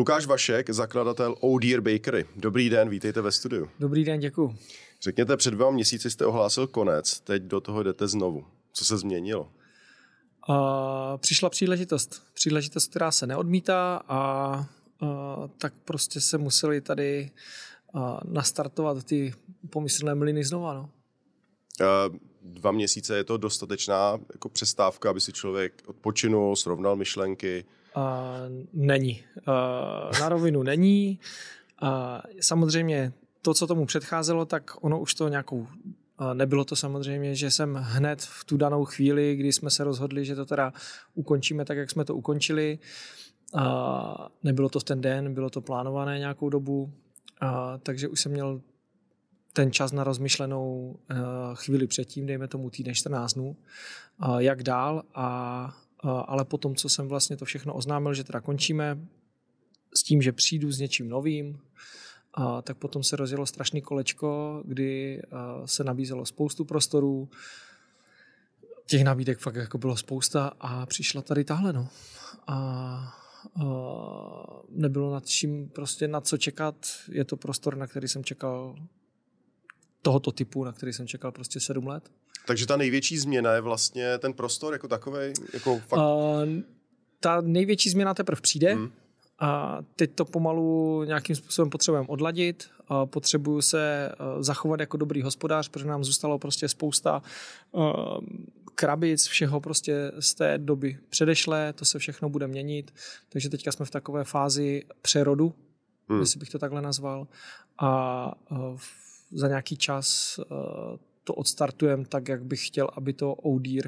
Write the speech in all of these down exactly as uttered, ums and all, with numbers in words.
Lukáš Vašek, zakladatel Oh Dear Bakery. Dobrý den, vítejte ve studiu. Dobrý den, děkuju. Řekněte, před dvěma měsíci jste ohlásil konec, teď do toho jdete znovu. Co se změnilo? Uh, přišla příležitost. Příležitost, která se neodmítá a uh, tak prostě se museli tady uh, nastartovat ty pomyslné mlyny znova. No. Uh, dva měsíce je to dostatečná jako přestávka, aby si člověk odpočinul, srovnal myšlenky? Uh, není. Uh, na rovinu není. Uh, samozřejmě to, co tomu předcházelo, tak ono už to nějakou nebylo to samozřejmě, že jsem hned v tu danou chvíli, kdy jsme se rozhodli, že to teda ukončíme tak, jak jsme to ukončili. A nebylo to v ten den, bylo to plánované nějakou dobu, a takže už jsem měl ten čas na rozmyšlenou chvíli předtím, dejme tomu týden čtrnáct dnů, jak dál. A, ale potom, co jsem vlastně to všechno oznámil, že teda končíme s tím, že přijdu s něčím novým, a tak potom se rozjelo strašný kolečko, kdy se nabízelo spoustu prostorů. Těch nabídek fakt jako bylo spousta a přišla tady tahle. No. A, a nebylo nad čím prostě na co čekat. Je to prostor, na který jsem čekal tohoto typu, na který jsem čekal prostě sedm let. Takže ta největší změna je vlastně ten prostor jako takovej? Jako fakt... a, ta největší změna teprve přijde. Hmm. A teď to pomalu nějakým způsobem potřebujeme odladit. A potřebuju se zachovat jako dobrý hospodář, protože nám zůstalo prostě spousta krabic, všeho prostě z té doby předešlé, to se všechno bude měnit. Takže teďka jsme v takové fázi přerodu, hmm. jestli bych to takhle nazval. A za nějaký čas to odstartujeme tak, jak bych chtěl, aby to Oh Dear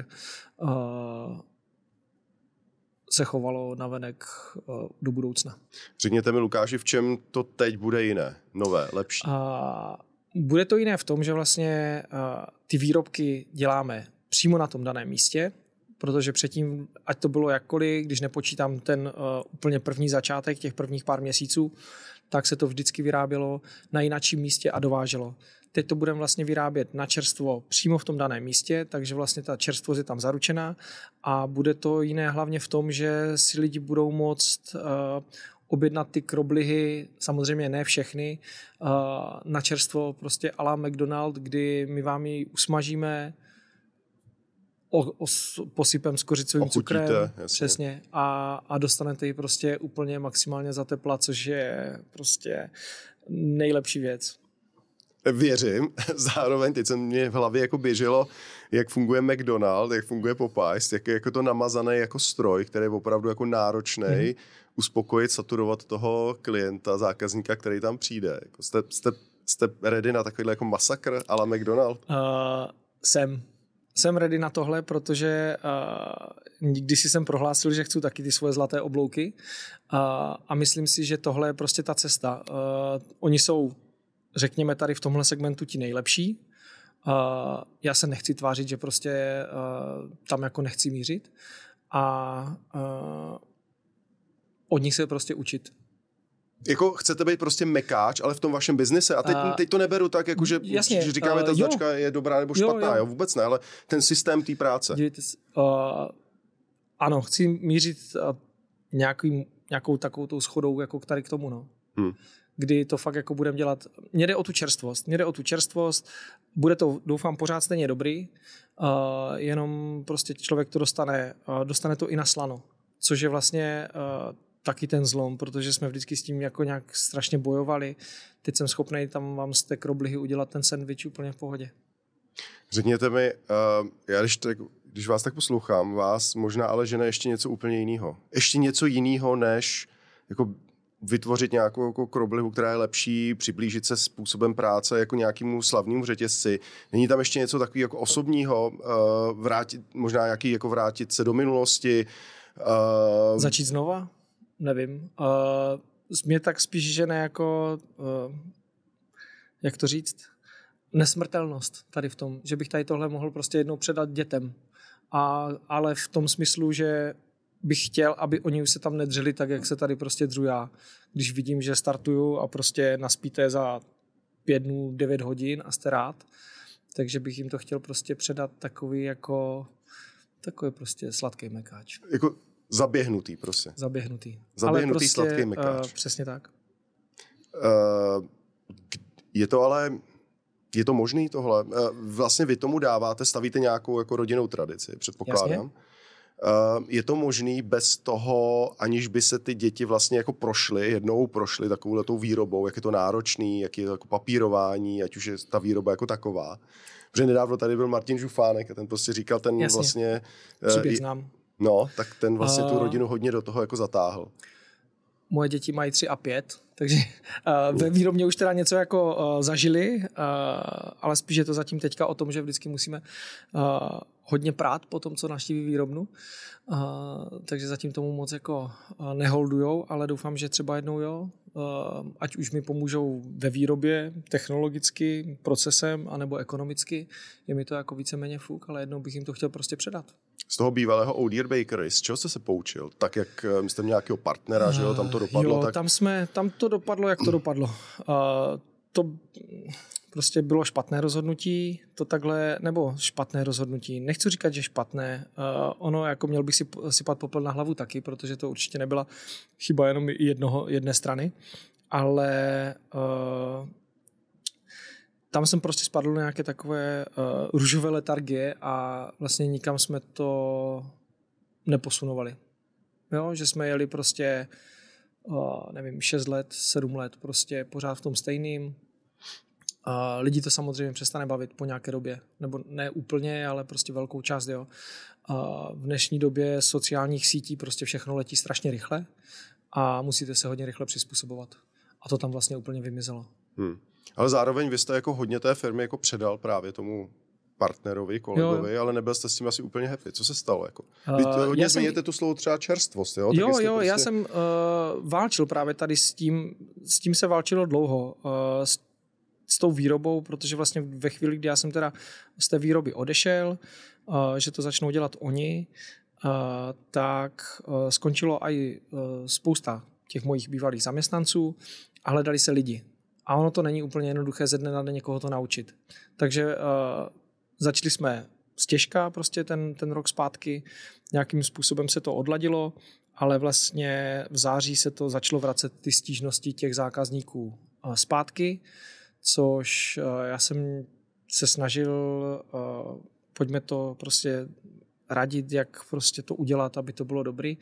se chovalo navenek do budoucna. Řekněte mi, Lukáši, v čem to teď bude jiné, nové, lepší? A bude to jiné v tom, že vlastně ty výrobky děláme přímo na tom daném místě, protože předtím, ať to bylo jakkoliv, když nepočítám ten uh, úplně první začátek, těch prvních pár měsíců, tak se to vždycky vyrábělo na jinačím místě a dováželo. Teď to budeme vlastně vyrábět na čerstvo přímo v tom daném místě, takže vlastně ta čerstvost je tam zaručená a bude to jiné hlavně v tom, že si lidi budou moct uh, objednat ty kroblihy, samozřejmě ne všechny, uh, na čerstvo prostě à la McDonald, kdy my vám ji usmažíme, O, o, posypem s kořicovým cukrem, jasně. Přesně, a, a dostanete ji prostě úplně maximálně za tepla, což je prostě nejlepší věc. Věřím, zároveň teď se mě v hlavě jako běželo, jak funguje McDonald, jak funguje Popeyes, jak je jako to namazaný jako stroj, který je opravdu jako náročný, mm-hmm. uspokojit, saturovat toho klienta, zákazníka, který tam přijde. Jako jste, jste, jste ready na takovýhle jako masakr a la McDonald? Uh, jsem. Jsem ready na tohle, protože uh, kdysi jsem prohlásil, že chci taky ty svoje zlaté oblouky uh, a myslím si, že tohle je prostě ta cesta. Uh, oni jsou, řekněme tady v tomhle segmentu ti nejlepší. Uh, já se nechci tvářit, že prostě uh, tam jako nechci mířit a uh, od nich se prostě učit. Jako chcete být prostě mekáč, ale v tom vašem biznise. A teď, uh, teď to neberu tak, jako že, jasně, že říkáme, ta uh, značka je dobrá nebo špatná. Jo, jo. jo, vůbec ne, ale ten systém té práce. Uh, ano, chci mířit uh, nějaký, nějakou takovou tou schodou jako tady k tomu, no. Hmm. Kdy to fakt jako budeme dělat. Mně jde o tu čerstvost. Mně jde o tu čerstvost. Bude to, doufám, pořád stejně dobrý. Uh, jenom prostě člověk to dostane, uh, dostane to i na slano. Což je vlastně uh, taky ten zlom, protože jsme vždycky s tím jako nějak strašně bojovali. Teď jsem schopný tam vám z té kroblihy udělat ten sendvič úplně v pohodě. Řekněte mi, uh, já když, tak, když vás tak poslouchám, vás možná ale žene ještě něco úplně jiného. Ještě něco jiného, než jako vytvořit nějakou jako kroblihu, která je lepší, přiblížit se způsobem práce jako nějakému slavnému řetězci. Není tam ještě něco takového jako osobního, uh, vrátit, možná nějaký jako vrátit se do minulosti? Uh... Začít znova? Nevím. Uh, mě tak spíš žene jako, uh, jak to říct, nesmrtelnost tady v tom, že bych tady tohle mohl prostě jednou předat dětem. A, ale v tom smyslu, že bych chtěl, aby oni už se tam nedřeli tak, jak se tady prostě dřu já. Když vidím, že startuju a prostě naspíte za pět dnů, devět hodin a jste rád, takže bych jim to chtěl prostě předat takový jako takový prostě sladký mekáč. Jako Zaběhnutý prostě. Zaběhnutý. Zaběhnutý prostě, sladký mekáč. Uh, přesně tak. Uh, je to ale, je to možný tohle? Uh, vlastně vy tomu dáváte, stavíte nějakou jako rodinnou tradici, předpokládám. Jasně. Uh, je to možný bez toho, aniž by se ty děti vlastně jako prošly, jednou prošly takovouhletou výrobou, jak je to náročný, jak je to jako papírování, ať už je ta výroba jako taková. Protože nedávno tady byl Martin Žufánek a ten prostě říkal, ten Jasně. vlastně... Příběh uh, znám. No, tak ten vlastně uh, tu rodinu hodně do toho jako zatáhl. Moje děti mají tři a pět, takže uh, ve výrobně už teda něco jako uh, zažili, uh, ale spíš je to zatím teďka o tom, že vždycky musíme uh, hodně prát po tom, co navštíví výrobnu, uh, takže zatím tomu moc jako uh, neholdujou, ale doufám, že třeba jednou jo, uh, ať už mi pomůžou ve výrobě technologicky, procesem, anebo ekonomicky, je mi to jako víceméně fuk, ale jednou bych jim to chtěl prostě předat. Z toho bývalého Old Year Bakery, z čeho jste se poučil? Tak jak jste měl nějakého partnera, že jo, tam to dopadlo? Jo, tak... tam jsme, tam to dopadlo, jak to dopadlo. Uh, to prostě bylo špatné rozhodnutí, to takhle, nebo špatné rozhodnutí. Nechci říkat, že špatné. Uh, ono, jako měl bych si sypat popel na hlavu taky, protože to určitě nebyla chyba jenom jednoho, jedné strany, ale uh, tam jsem prostě spadl do nějaké takové uh, růžové letargie a vlastně nikam jsme to neposunovali. Jo, že jsme jeli prostě, uh, nevím, šest let, sedm let, prostě pořád v tom stejným. Uh, lidi to samozřejmě přestane bavit po nějaké době, nebo ne úplně, ale prostě velkou část, jo. Uh, v dnešní době sociálních sítí prostě všechno letí strašně rychle a musíte se hodně rychle přizpůsobovat. A to tam vlastně úplně vymizelo. Hmm. Ale zároveň vy jste jako hodně té firmy jako předal právě tomu partnerovi, kolegovi, jo. Ale nebyl jste s tím asi úplně happy. Co se stalo? Jako? Vy to hodně uh, zmiňujete jsem... tu slovo třeba čerstvost. Jo, jo, tak jo prostě... já jsem uh, válčil právě tady s tím, s tím se válčilo dlouho, uh, s, s tou výrobou, protože vlastně ve chvíli, kdy já jsem teda z té výroby odešel, uh, že to začnou dělat oni, uh, tak uh, skončilo i uh, spousta těch mojich bývalých zaměstnanců a hledali se lidi. A ono to není úplně jednoduché ze dne na den někoho to naučit. Takže uh, začali jsme stěžka prostě ten, ten rok zpátky, nějakým způsobem se to odladilo, ale vlastně v září se to začalo vracet ty stížnosti těch zákazníků uh, zpátky, což uh, já jsem se snažil, uh, pojďme to prostě radit, jak prostě to udělat, aby to bylo dobrý,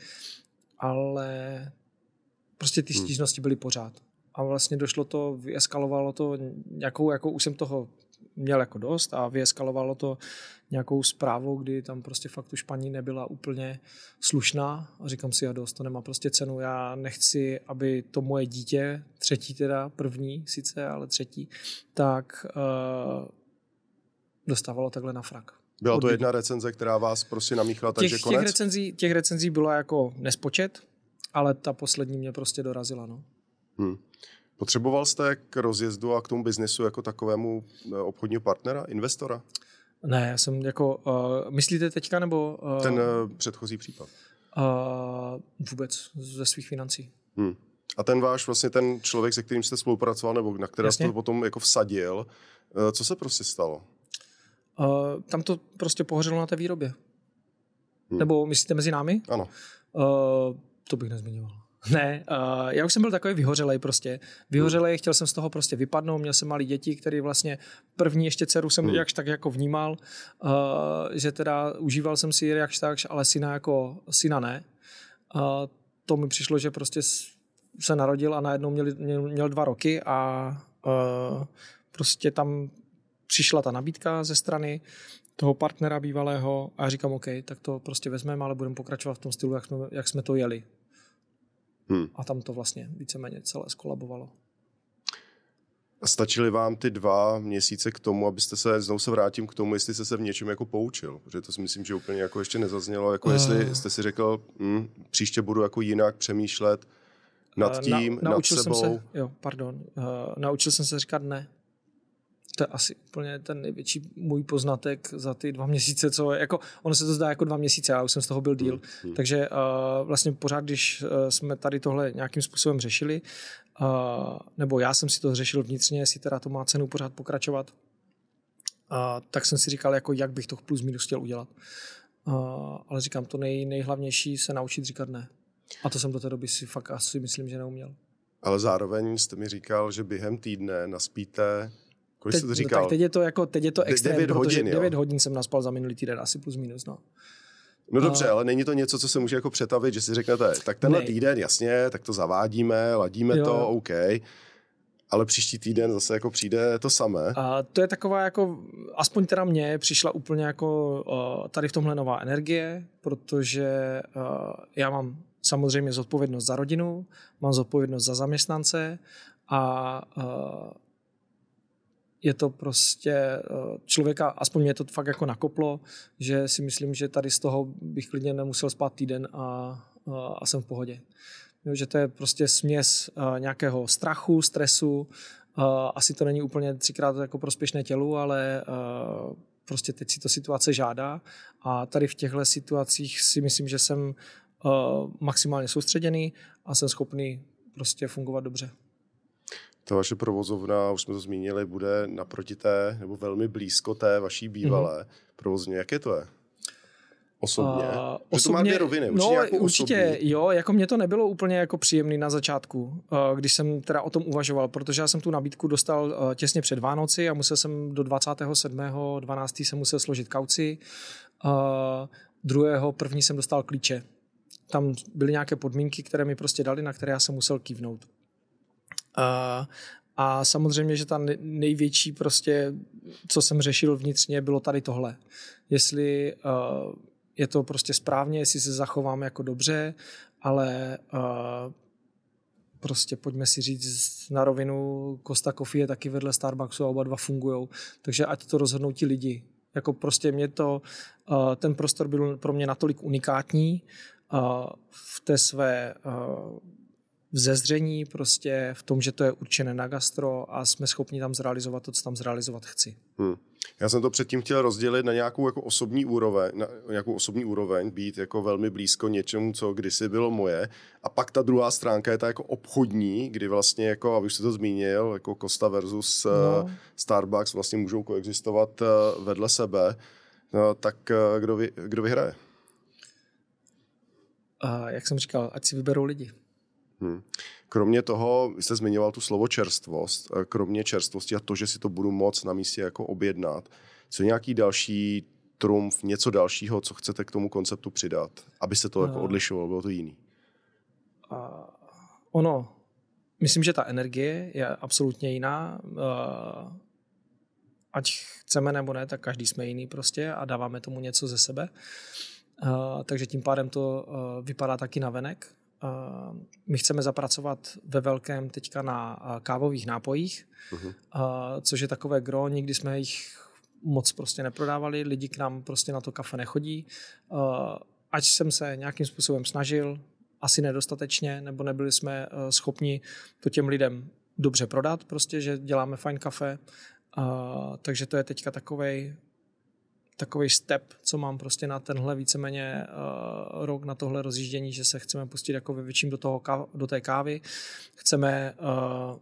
ale prostě ty stížnosti byly pořád. A vlastně došlo to, vyeskalovalo to nějakou, jako už jsem toho měl jako dost a vyeskalovalo to nějakou zprávou, kdy tam prostě fakt už paní nebyla úplně slušná a říkám si, já dost, to nemá prostě cenu, já nechci, aby to moje dítě, třetí teda, první sice, ale třetí, tak uh, dostávalo takhle na frak. Byla to jedna recenze, která vás prostě namíchla, takže těch, konec? Těch recenzí, těch recenzí bylo jako nespočet, ale ta poslední mě prostě dorazila, no. Hmm. Potřeboval jste k rozjezdu a k tomu biznesu jako takovému obchodního partnera, investora? Ne, já jsem jako, uh, myslíte teďka nebo? Uh, Ten uh, předchozí případ. Uh, vůbec, ze svých financí. Hmm. A ten váš, vlastně ten člověk, se kterým jste spolupracoval, nebo na kterého jste to potom jako vsadil, uh, co se prostě stalo? Uh, tam to prostě pohořelo na té výrobě. Hmm. Nebo myslíte mezi námi? Ano. Uh, to bych nezmiňoval. Ne, uh, já už jsem byl takový vyhořelej prostě. Vyhořelej, hmm. chtěl jsem z toho prostě vypadnout, měl jsem malý děti, který vlastně první ještě dceru jsem hmm. jakž tak jako vnímal, uh, že teda užíval jsem si jakž tak, ale syna jako syna ne. Uh, to mi přišlo, že prostě se narodil a najednou měl, měl, měl dva roky a uh, prostě tam přišla ta nabídka ze strany toho partnera bývalého a já říkám, OK, tak to prostě vezmeme, ale budeme pokračovat v tom stylu, jak jsme, jak jsme to jeli. Hmm. A tam to vlastně víceméně celé skolabovalo. A stačily vám ty dva měsíce k tomu, abyste se, znovu se vrátím k tomu, jestli jste se v něčem jako poučil, protože to si myslím, že úplně jako ještě nezaznělo, jako uh. jestli jste si řekl, hm, příště budu jako jinak přemýšlet nad tím, Na, nad sebou. Jsem se, jo, pardon, uh, naučil jsem se říkat ne. To je asi úplně ten největší můj poznatek za ty dva měsíce, co jako, ono se to zdá jako dva měsíce, já už jsem z toho byl díl. Hmm. Takže uh, vlastně pořád, když uh, jsme tady tohle nějakým způsobem řešili, uh, nebo já jsem si to řešil vnitřně, jestli teda to má cenu pořád pokračovat, uh, tak jsem si říkal, jako jak bych to plus minus chtěl udělat. uh, ale říkám, to nej, nejhlavnější se naučit říkat ne. A to jsem do té doby si fakt asi myslím, že neuměl. Ale zároveň jste mi říkal, že během týdne naspíte, kolik teď, jste to říkal? No, tak teď je to, jako, teď je to extrém, devět protože hodin, devět hodin jsem naspal za minulý týden, asi plus minus. No. No dobře, ale není to něco, co se může jako přetavit, že si řeknete, tak tenhle ne. týden, jasně, tak to zavádíme, ladíme jo. to, OK, ale příští týden zase jako přijde to samé. A to je taková jako, aspoň teda mně přišla úplně jako uh, tady v tomhle nová energie, protože uh, já mám samozřejmě zodpovědnost za rodinu, mám zodpovědnost za zaměstnance a uh, je to prostě člověka, aspoň mě to fakt jako nakoplo, že si myslím, že tady z toho bych klidně nemusel spát týden a, a, a jsem v pohodě. Jo, že to je prostě směs a, nějakého strachu, stresu, a, asi to není úplně třikrát jako prospěšné tělu, ale a, prostě teď si to situace žádá a tady v těchto situacích si myslím, že jsem a, maximálně soustředěný a jsem schopný prostě fungovat dobře. Ta vaše provozovna, už jsme to zmínili, bude naproti té, nebo velmi blízko té vaší bývalé mm. provozovně. Jaké to je? Osobně? Uh, osobně to má dvě roviny. Určitě, no, určitě osobní. Jo, jako mě to nebylo úplně jako příjemný na začátku, uh, když jsem teda o tom uvažoval, protože já jsem tu nabídku dostal uh, těsně před Vánoci a musel jsem do dvacátého sedmého dvanáctého jsem musel složit kauci. Uh, druhého první jsem dostal klíče. Tam byly nějaké podmínky, které mi prostě dali, na které já jsem musel kývnout. Uh, a samozřejmě, že ta největší prostě, co jsem řešil vnitřně, bylo tady tohle. Jestli uh, je to prostě správně, jestli se zachovám jako dobře, ale uh, prostě pojďme si říct na rovinu, Costa Coffee je taky vedle Starbucksu a oba dva fungujou, takže ať to rozhodnou ti lidi. Jako prostě mě to, uh, ten prostor byl pro mě natolik unikátní uh, v té své uh, vzezření prostě v tom, že to je určené na gastro a jsme schopni tam zrealizovat to, co tam zrealizovat chci. Hmm. Já jsem to předtím chtěl rozdělit na nějakou jako osobní úroveň, na nějakou osobní úroveň, být jako velmi blízko něčemu, co kdysi bylo moje. A pak ta druhá stránka je ta jako obchodní, kdy vlastně jako, a vy jste to zmínil, jako Costa versus no. Starbucks vlastně můžou koexistovat vedle sebe. No, tak kdo, vy, kdo vyhraje? Uh, jak jsem říkal, ať si vyberou lidi. Hmm. Kromě toho, vy jste zmiňoval tu slovo čerstvost, kromě čerstvosti a to, že si to budu moct na místě jako objednat, co je nějaký další trumf, něco dalšího, co chcete k tomu konceptu přidat, aby se to no. jako odlišovalo, bylo to jiný? Uh, ono, myslím, že ta energie je absolutně jiná. Uh, ať chceme nebo ne, tak každý jsme jiný prostě a dáváme tomu něco ze sebe. Uh, takže tím pádem to uh, vypadá taky navenek. Uh, my chceme zapracovat ve velkém teďka na uh, kávových nápojích, uh-huh. uh, což je takové gro, nikdy jsme jich moc prostě neprodávali, lidi k nám prostě na to kafe nechodí. Uh, ať jsem se nějakým způsobem snažil, asi nedostatečně, nebo nebyli jsme uh, schopni to těm lidem dobře prodat, prostě, že děláme fajn kafe, uh, takže to je teďka takovej takový step, co mám prostě na tenhle víceméně uh, rok, na tohle rozjíždění, že se chceme pustit jako ve větším do, toho, do té kávy. Chceme, uh,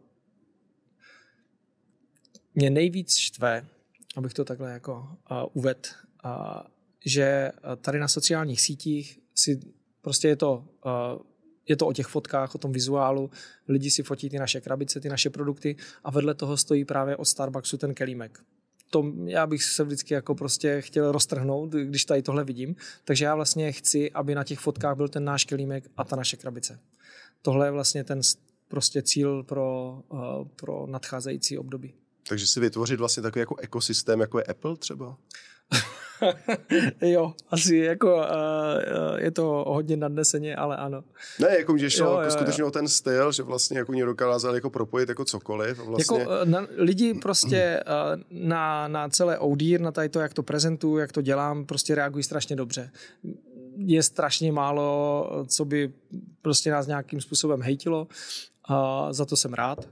mě nejvíc štve, abych to takhle jako uh, uvedl, uh, že tady na sociálních sítích si prostě je to, uh, je to o těch fotkách, o tom vizuálu, lidi si fotí ty naše krabice, ty naše produkty a vedle toho stojí právě od Starbucksu ten kelímek. To já bych se vždycky jako prostě chtěl roztrhnout, když tady tohle vidím. Takže já vlastně chci, aby na těch fotkách byl ten náš kelímek a ta naše krabice. Tohle je vlastně ten prostě cíl pro, uh, pro nadcházející období. Takže si vytvořit vlastně takový jako ekosystém, jako je Apple třeba? Jo, asi jako uh, je to hodně nadneseně, ale ano. Ne, jako že šlo jo, jako jo, skutečně jo. o ten styl, že vlastně jako mě dokázali jako propojit jako cokoliv. Vlastně... Jako na, lidi prostě uh, na, na celé Oudír, na tady to, jak to prezentuju, jak to dělám, prostě reagují strašně dobře. Je strašně málo, co by prostě nás nějakým způsobem hejtilo. Uh, za to jsem rád.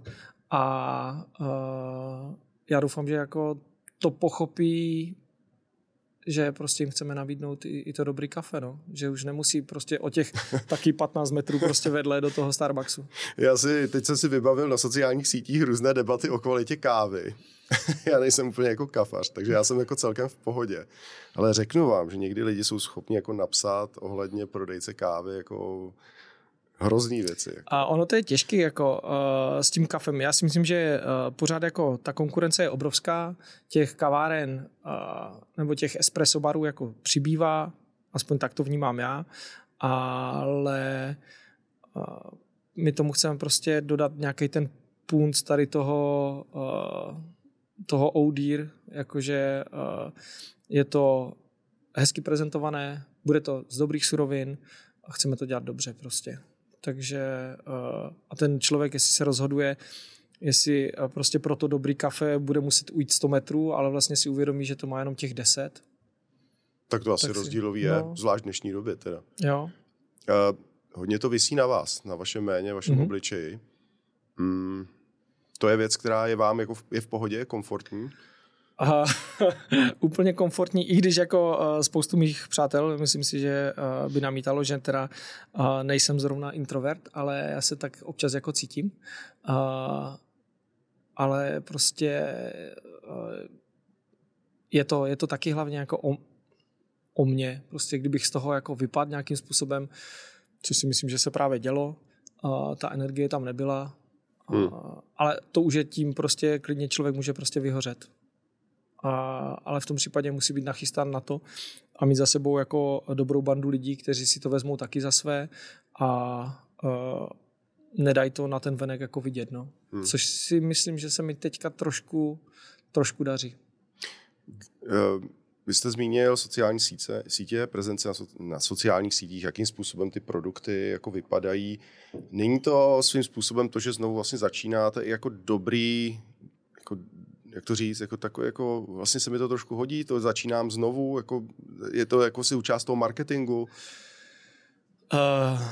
A uh, já doufám, že jako to pochopí že prostě jim chceme nabídnout i, i to dobrý kafe, no. Že už nemusí prostě o těch taky patnáct metrů prostě vedle do toho Starbucksu. Já si, teď jsem si vybavil na sociálních sítích různé debaty o kvalitě kávy. Já nejsem úplně jako kafař, takže já jsem jako celkem v pohodě. Ale řeknu vám, že někdy lidi jsou schopni jako napsat ohledně prodejce kávy jako hrozný věci. Jako. A ono to je těžké jako uh, s tím kafem. Já si myslím, že uh, pořád jako ta konkurence je obrovská. Těch kaváren uh, nebo těch espresso barů jako přibývá, aspoň tak to vnímám já, ale uh, my tomu chceme prostě dodat nějaký ten punc tady toho uh, toho Oudír, jakože uh, je to hezky prezentované, bude to z dobrých surovin a chceme to dělat dobře prostě. Takže uh, a ten člověk, jestli se rozhoduje, jestli uh, prostě pro to dobrý kafe bude muset ujít sto metrů, ale vlastně si uvědomí, že to má jenom těch deset. Tak to asi tak rozdílový si, je, no. zvlášť v dnešní době teda. Jo. Uh, hodně to visí na vás, na vašem jméně, vašem mm-hmm. obličeji. Mm, to je věc, která je vám jako v, je v pohodě, komfortní? Aha, úplně komfortní, i když jako uh, spoustu mých přátel, myslím si, že uh, by namítalo, že teda uh, nejsem zrovna introvert, ale já se tak občas jako cítím. Uh, ale prostě uh, je, to, je to taky hlavně jako o, o mně. Prostě kdybych z toho jako vypadl nějakým způsobem, což si myslím, že se právě dělo, uh, ta energie tam nebyla, hmm. uh, ale to už je tím prostě klidně člověk může prostě vyhořet. A, ale v tom případě musí být nachystán na to a mít za sebou jako dobrou bandu lidí, kteří si to vezmou taky za své a uh, nedají to na ten venek jako vidět. No. Hmm. Což si myslím, že se mi teďka trošku, trošku daří. Uh, vy jste zmínil sociální sítě, sítě prezence na, so, na sociálních sítích, jakým způsobem ty produkty jako vypadají. Není to svým způsobem to, že znovu vlastně začínáte i jako dobrý, jako jak to říct, jako takové, jako vlastně se mi to trošku hodí, to začínám znovu, jako je to jako si účast toho marketingu? Uh,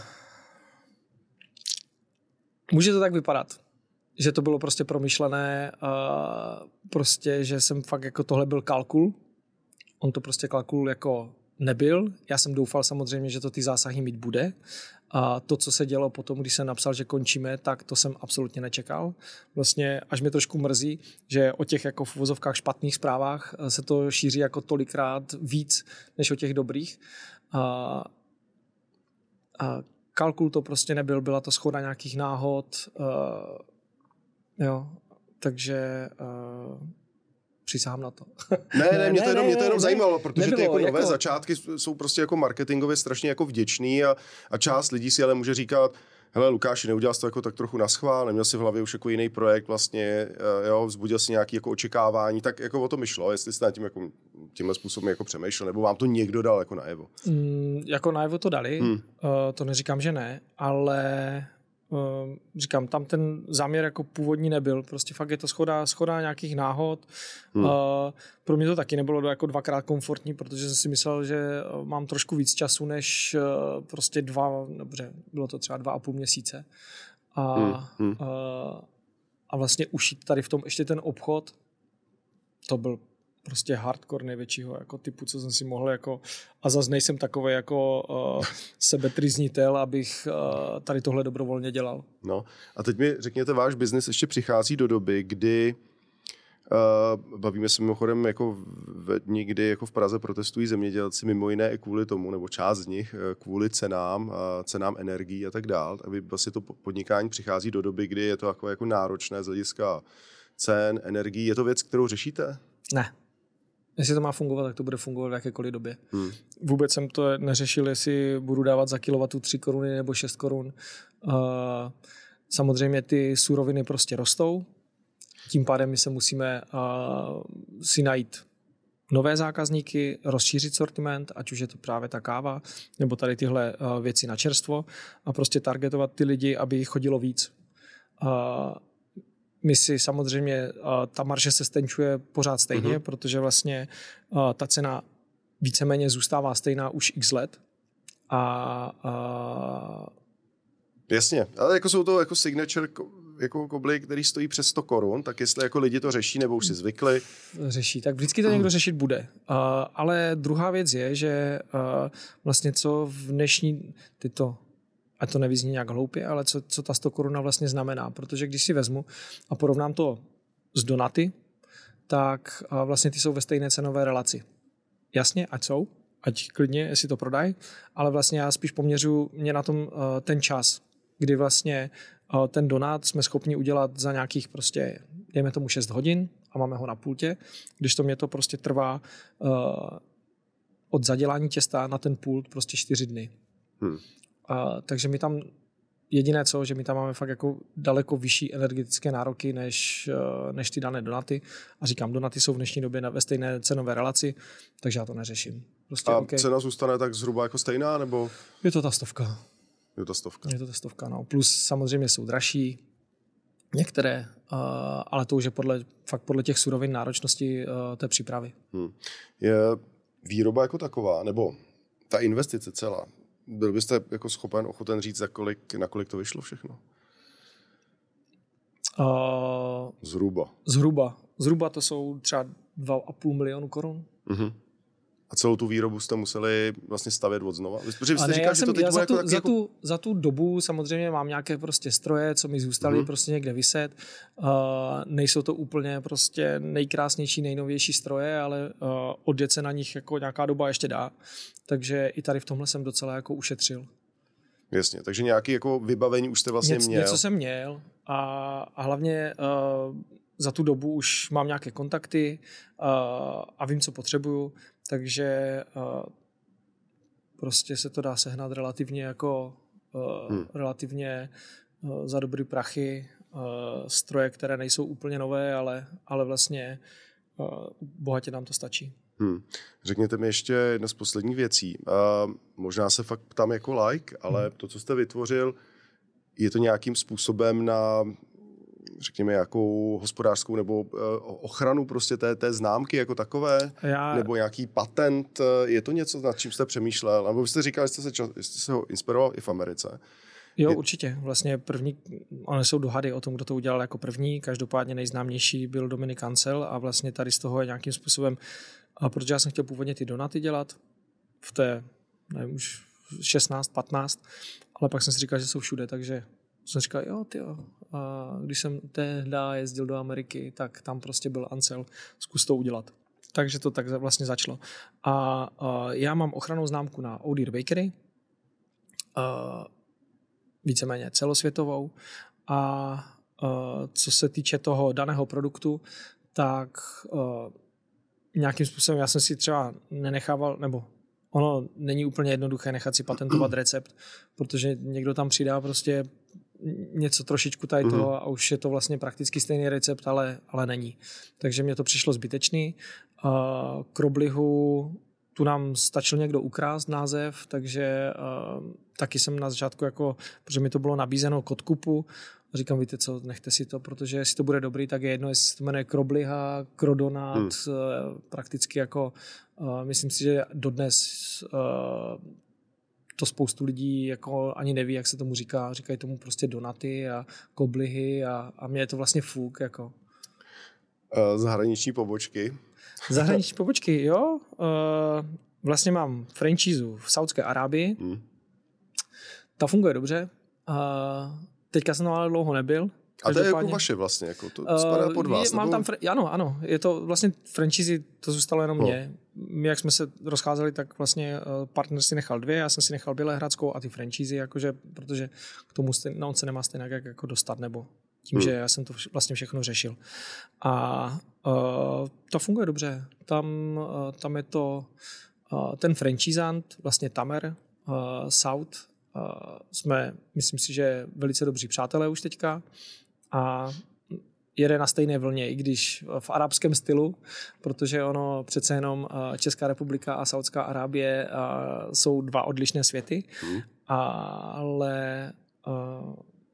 může to tak vypadat, že to bylo prostě promyšlené, uh, prostě, že jsem fakt jako tohle byl kalkul, on to prostě kalkul jako nebyl, já jsem doufal samozřejmě, že to ty zásahy mít bude. A to, co se dělo potom, když jsem napsal, že končíme, tak to jsem absolutně nečekal. Vlastně až mě trošku mrzí, že o těch jako v uvozovkách špatných zprávách se to šíří jako tolikrát víc, než o těch dobrých. A, a kalkul to prostě nebyl, byla to shoda nějakých náhod. Uh, jo, takže... Uh, přísahám na to. Ne, ne, mě to jenom, ne, mě to jenom ne, zajímalo, protože nebylo, ty jako nové jako... začátky jsou prostě jako marketingově strašně jako vděčný a, a část lidí si ale může říkat, hele Lukáši, neudělal jsi to jako tak trochu naschvál, neměl si v hlavě už jako jiný projekt vlastně, jo, vzbudil si nějaké jako očekávání, tak jako o to myšlo, jestli jste nad tím jako tímhle způsobem jako přemýšlel, nebo vám to někdo dal jako najevo? Mm, jako najevo to dali, hmm. uh, to neříkám, že ne, ale... Uh, říkám, tam ten záměr jako původní nebyl. Prostě fakt je to schoda, schoda nějakých náhod. Hmm. Uh, pro mě to taky nebylo jako dvakrát komfortní, protože jsem si myslel, že mám trošku víc času, než uh, prostě dva, dobře, bylo to třeba dva a půl měsíce. A, hmm. Hmm. Uh, a vlastně ušít tady v tom ještě ten obchod, to byl prostě hardcore největšího jako typu, co jsem si mohl jako, a zase nejsem takovej jako uh, sebetryznitel, abych uh, tady tohle dobrovolně dělal. No a teď mi řekněte, váš biznis ještě přichází do doby, kdy uh, bavíme se mimochodem jako ve dní, kdy jako v Praze protestují zemědělci mimo jiné i kvůli tomu, nebo část z nich kvůli cenám, uh, cenám energií a tak dál. A vy vlastně to podnikání přichází do doby, kdy je to jako, jako náročné z hlediska cen, energií. Je to věc, kterou řešíte? Ne. Jestli to má fungovat, tak to bude fungovat v jakékoliv době. Hmm. Vůbec jsem to neřešil, jestli budu dávat za kilowattu tři koruny nebo šest korun. Uh, samozřejmě ty suroviny prostě rostou. Tím pádem my se musíme uh, si najít nové zákazníky, rozšířit sortiment, ať už je to právě ta káva, nebo tady tyhle uh, věci na čerstvo a prostě targetovat ty lidi, aby jich chodilo víc. Uh, My si samozřejmě, ta marže se stenčuje pořád stejně, uh-huh. protože vlastně ta cena víceméně zůstává stejná už x let. A, a... Jasně, ale jako jsou to jako signature jako kobly, který stojí přes sto korun, tak jestli jako lidi to řeší, nebo už si zvykli? Řeší, tak vždycky to někdo řešit bude. Uh, ale druhá věc je, že uh, vlastně co v dnešní, tyto, a to nevyzní nějak hloupě, ale co, co ta sto koruna vlastně znamená, protože když si vezmu a porovnám to s donaty, tak uh, vlastně ty jsou ve stejné cenové relaci. Jasně, ať jsou, ať klidně, jestli to prodají, ale vlastně já spíš poměřuji mě na tom uh, ten čas, kdy vlastně uh, ten donát jsme schopni udělat za nějakých prostě, dejme tomu šest hodin a máme ho na pultě, když to mě to prostě trvá uh, od zadělání těsta na ten pult prostě čtyři dny. Hmm. Uh, takže my tam jediné co, že my tam máme fakt jako daleko vyšší energetické nároky než, uh, než ty dané donaty. A říkám, donaty jsou v dnešní době na, ve stejné cenové relaci, takže já to neřeším. Prostě, a okay. Cena zůstane tak zhruba jako stejná, nebo? Je to ta stovka. Je to stovka. Je to ta stovka, no. Plus samozřejmě jsou dražší některé, uh, ale to už je podle, fakt podle těch surovin náročnosti uh, té přípravy. Hmm. Je výroba jako taková, nebo ta investice celá, byl byste jako schopen, ochoten říct, za kolik, na kolik to vyšlo všechno? Uh, zhruba. Zhruba. Zhruba to jsou třeba dva a půl milionu korun. Uh-huh. A celou tu výrobu jste museli vlastně stavět od znova? Protože jste ne, říkal, já že jsem, to teď já za, tu, jako, za, jako... tu, za tu dobu samozřejmě mám nějaké prostě stroje, co mi zůstaly uh-huh. prostě někde viset. Uh, nejsou to úplně prostě nejkrásnější, nejnovější stroje, ale uh, odjet se na nich jako nějaká doba ještě dá. Takže i tady v tomhle jsem docela jako ušetřil. Jasně, takže nějaké jako vybavení už jste vlastně Něc, měl. Něco jsem měl a, a hlavně uh, za tu dobu už mám nějaké kontakty uh, a vím, co potřebuju, takže uh, prostě se to dá sehnat relativně jako uh, hmm. relativně uh, za dobrý prachy, uh, stroje, které nejsou úplně nové, ale, ale vlastně uh, bohatě nám to stačí. Hmm. Řekněte mi ještě jedna z posledních věcí. Uh, možná se fakt ptám jako like, ale hmm. to, co jste vytvořil, je to nějakým způsobem na, řekněme, jakou hospodářskou nebo uh, ochranu prostě té, té známky jako takové? Já... Nebo nějaký patent? Je to něco, nad čím jste přemýšlel? Nebo byste říkal, že jste se, čas, jste se ho inspiroval i v Americe? Jo, určitě. Vlastně první, one jsou dohady o tom, kdo to udělal jako první. Každopádně nejznámější byl Dominik Ancel a vlastně tady z toho je nějakým způsobem, a protože já jsem chtěl původně ty donaty dělat v té, nevím, už šestnáct, patnáct, ale pak jsem si říkal, že jsou všude, takže jsem říkal, jo, tyjo. A když jsem tehdy jezdil do Ameriky, tak tam prostě byl Ancel, zkus to udělat. Takže to tak vlastně začalo. A, a já mám ochrannou známku na Oh Dear Bakery, a víceméně celosvětovou. A, a co se týče toho daného produktu, tak a, nějakým způsobem já jsem si třeba nenechával, nebo ono není úplně jednoduché nechat si patentovat recept, protože někdo tam přidá prostě něco trošičku tady mm-hmm. toho a už je to vlastně prakticky stejný recept, ale, ale není. Takže mě to přišlo zbytečný. Uh, Kroblihu tu nám stačil někdo ukrást název, takže uh, taky jsem na začátku, jako, protože mi to bylo nabízeno k odkupu, říkám, víte co, nechte si to, protože jestli to bude dobrý, tak je jedno, jestli se to jmenuje Krobliha, Krodonát, hmm. uh, prakticky jako, uh, myslím si, že dodnes uh, to spoustu lidí jako ani neví, jak se tomu říká, říkají tomu prostě donaty a koblihy a, a mě je to vlastně fuk, jako. Uh, zahraniční pobočky. Zahraniční pobočky, jo. Uh, vlastně mám franchízu v Saudské Arábii. Hmm. Ta funguje dobře. Uh, teďka jsem tam ale dlouho nebyl. A to je jako vaše vlastně, jako to spadá pod vás. Je, mám tam, ano, ano, je to vlastně franchízy, to zůstalo jenom no. mě. My, jak jsme se rozcházeli, tak vlastně partner si nechal dvě, já jsem si nechal Bělehradskou a ty franchízy, jakože, protože k tomu stejn, no, on se nemá stejně jak jako dostat, nebo tím, hmm. že já jsem to vlastně všechno řešil. A uh, to funguje dobře. Tam, uh, tam je to uh, ten franchisant, vlastně Tamer, uh, Saud, uh, jsme, myslím si, že velice dobří přátelé už teďka a jede na stejné vlně, i když v arabském stylu, protože ono přece jenom Česká republika a Saudská Arábie jsou dva odlišné světy, hmm. ale... Uh...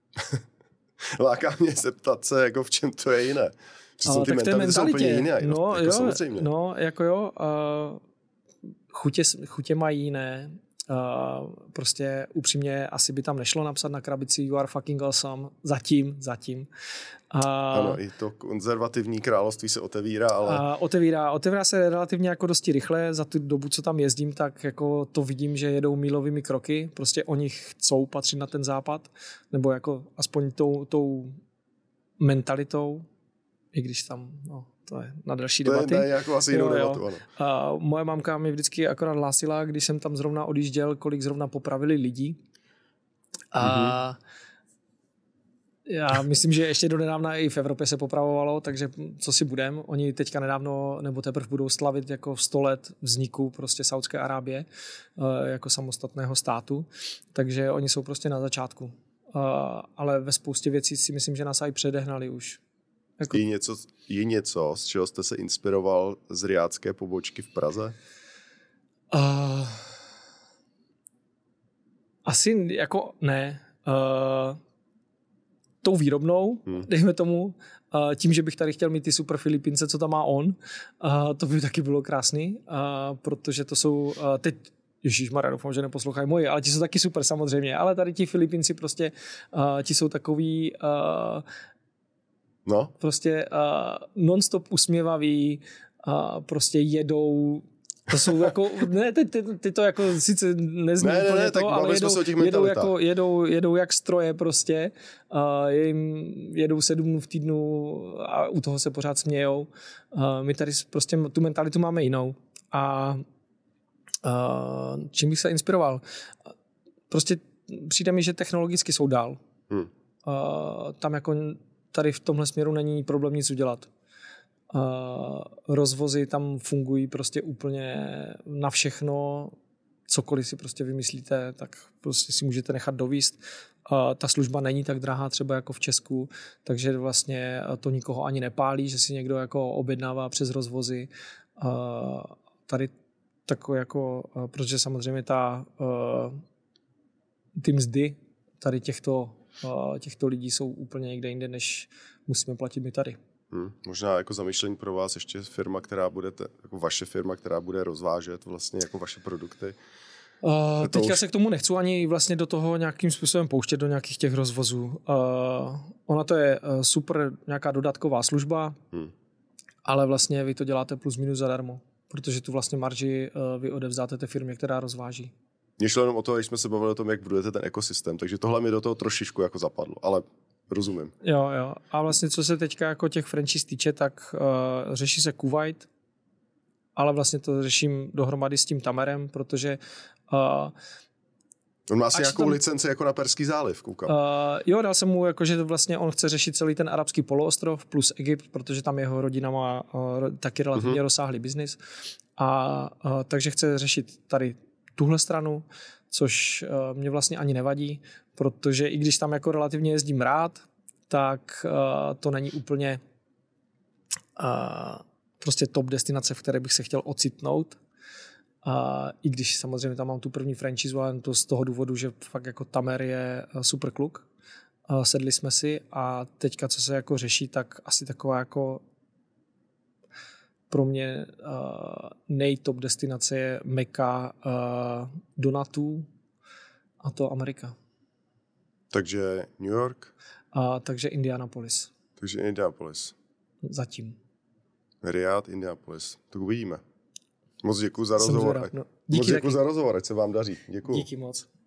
Láká mě zeptat se, jako v čem to je jiné. Uh, ty tak mentality jsou úplně jiné. No, jako jo, samozřejmě. no, jako jo, uh, chutě, chutě mají jiné, Uh, prostě upřímně asi by tam nešlo napsat na krabici You are fucking awesome. Zatím, zatím. Uh, ano, i to konzervativní království se otevírá, ale... Uh, otevírá, otevírá se relativně jako dosti rychle. Za tu dobu, co tam jezdím, tak jako to vidím, že jedou mílovými kroky. Prostě oni chcou patřit na ten západ. Nebo jako aspoň tou, tou mentalitou. I když tam... No, to je na další to debaty. To je jako asi jinou debatu, ano. Uh, moje mamka mi vždycky akorát hlásila, když jsem tam zrovna odjížděl, kolik zrovna popravili lidí. A mm-hmm. já myslím, že ještě donedávna i v Evropě se popravovalo, takže co si budem. Oni teďka nedávno, nebo teprve budou slavit jako sto let vzniku prostě Saudské Arábie uh, jako samostatného státu. Takže oni jsou prostě na začátku. Uh, ale ve spoustě věcí si myslím, že nás i předehnali už. Jako... Je, něco, je něco, z čeho jste se inspiroval z riádské pobočky v Praze? Uh, asi jako ne. Uh, tou výrobnou, hmm. dejme tomu, uh, tím, že bych tady chtěl mít ty super Filipínce, co tam má on, uh, to by taky bylo krásný, uh, protože to jsou uh, teď Ježišmarja, doufám, že neposlouchají moji, ale ti jsou taky super samozřejmě, ale tady ti Filipínci prostě, uh, ti jsou takový uh, No. Prostě uh, non-stop usměvaví, uh, prostě jedou, to jsou jako, ne, ty, ty, ty to jako sice nezní ne, úplně ne, ne, to, ale jedou, jedou, jako, jedou, jedou jak stroje prostě, uh, jim, jedou sedm dnů v týdnu a u toho se pořád smějou. Uh, my tady prostě tu mentalitu máme jinou a uh, čím bych se inspiroval? Prostě přijde mi, že technologicky jsou dál. Hmm. Uh, tam jako tady v tomhle směru není problém nic udělat. Uh, rozvozy tam fungují prostě úplně na všechno, cokoliv si prostě vymyslíte, tak prostě si můžete nechat dovíst. Uh, ta služba není tak drahá třeba jako v Česku, takže vlastně to nikoho ani nepálí, že si někdo jako objednává přes rozvozy. Uh, tady takové jako, uh, protože samozřejmě ta uh, ty mzdy tady těchto těchto lidí jsou úplně někde jinde, než musíme platit my tady. Hmm, možná jako zamýšlení pro vás ještě firma, která bude, jako vaše firma, která bude rozvážet vlastně jako vaše produkty. Uh, teďka už... se k tomu nechci ani vlastně do toho nějakým způsobem pouštět do nějakých těch rozvozů. Uh, ona to je uh, super nějaká dodatková služba, hmm. ale vlastně vy to děláte plus minus zadarmo, protože tu vlastně marži uh, vy odevzdáte té firmě, která rozváží. Mně šlo jenom o to, když jsme se bavili o tom, jak budujete ten ekosystém, takže tohle mi do toho trošičku jako zapadlo, ale rozumím. Jo, jo. A vlastně co se teďka jako těch franchise týče, tak uh, řeší se Kuwait, ale vlastně to řeším dohromady s tím Tamerem, protože uh, on má asi nějakou tam, licenci jako na Perský záliv, koukám. Uh, jo, dal jsem mu, jako, že vlastně on chce řešit celý ten arabský poloostrov plus Egypt, protože tam jeho rodina má uh, taky relativně uh-huh. rozsáhlý biznis. A uh, takže chce řešit tady tuhle stranu, což uh, mě vlastně ani nevadí, protože i když tam jako relativně jezdím rád, tak uh, to není úplně uh, prostě top destinace, v které bych se chtěl ocitnout. Uh, I když samozřejmě tam mám tu první franchise, ale to z toho důvodu, že fakt jako Tamer je uh, super kluk. Uh, sedli jsme si a teďka, co se jako řeší, tak asi taková jako pro mě uh, nejtop destinace je Meka uh, donatů a to Amerika. Takže New York? Uh, takže Indianapolis. Takže Indianapolis. Zatím. Riad, Indianapolis. Tak uvidíme. Moc děkuji za rozhovor. No, moc děkuji za rozhovor, ať se vám daří. Děkuji. Díky moc.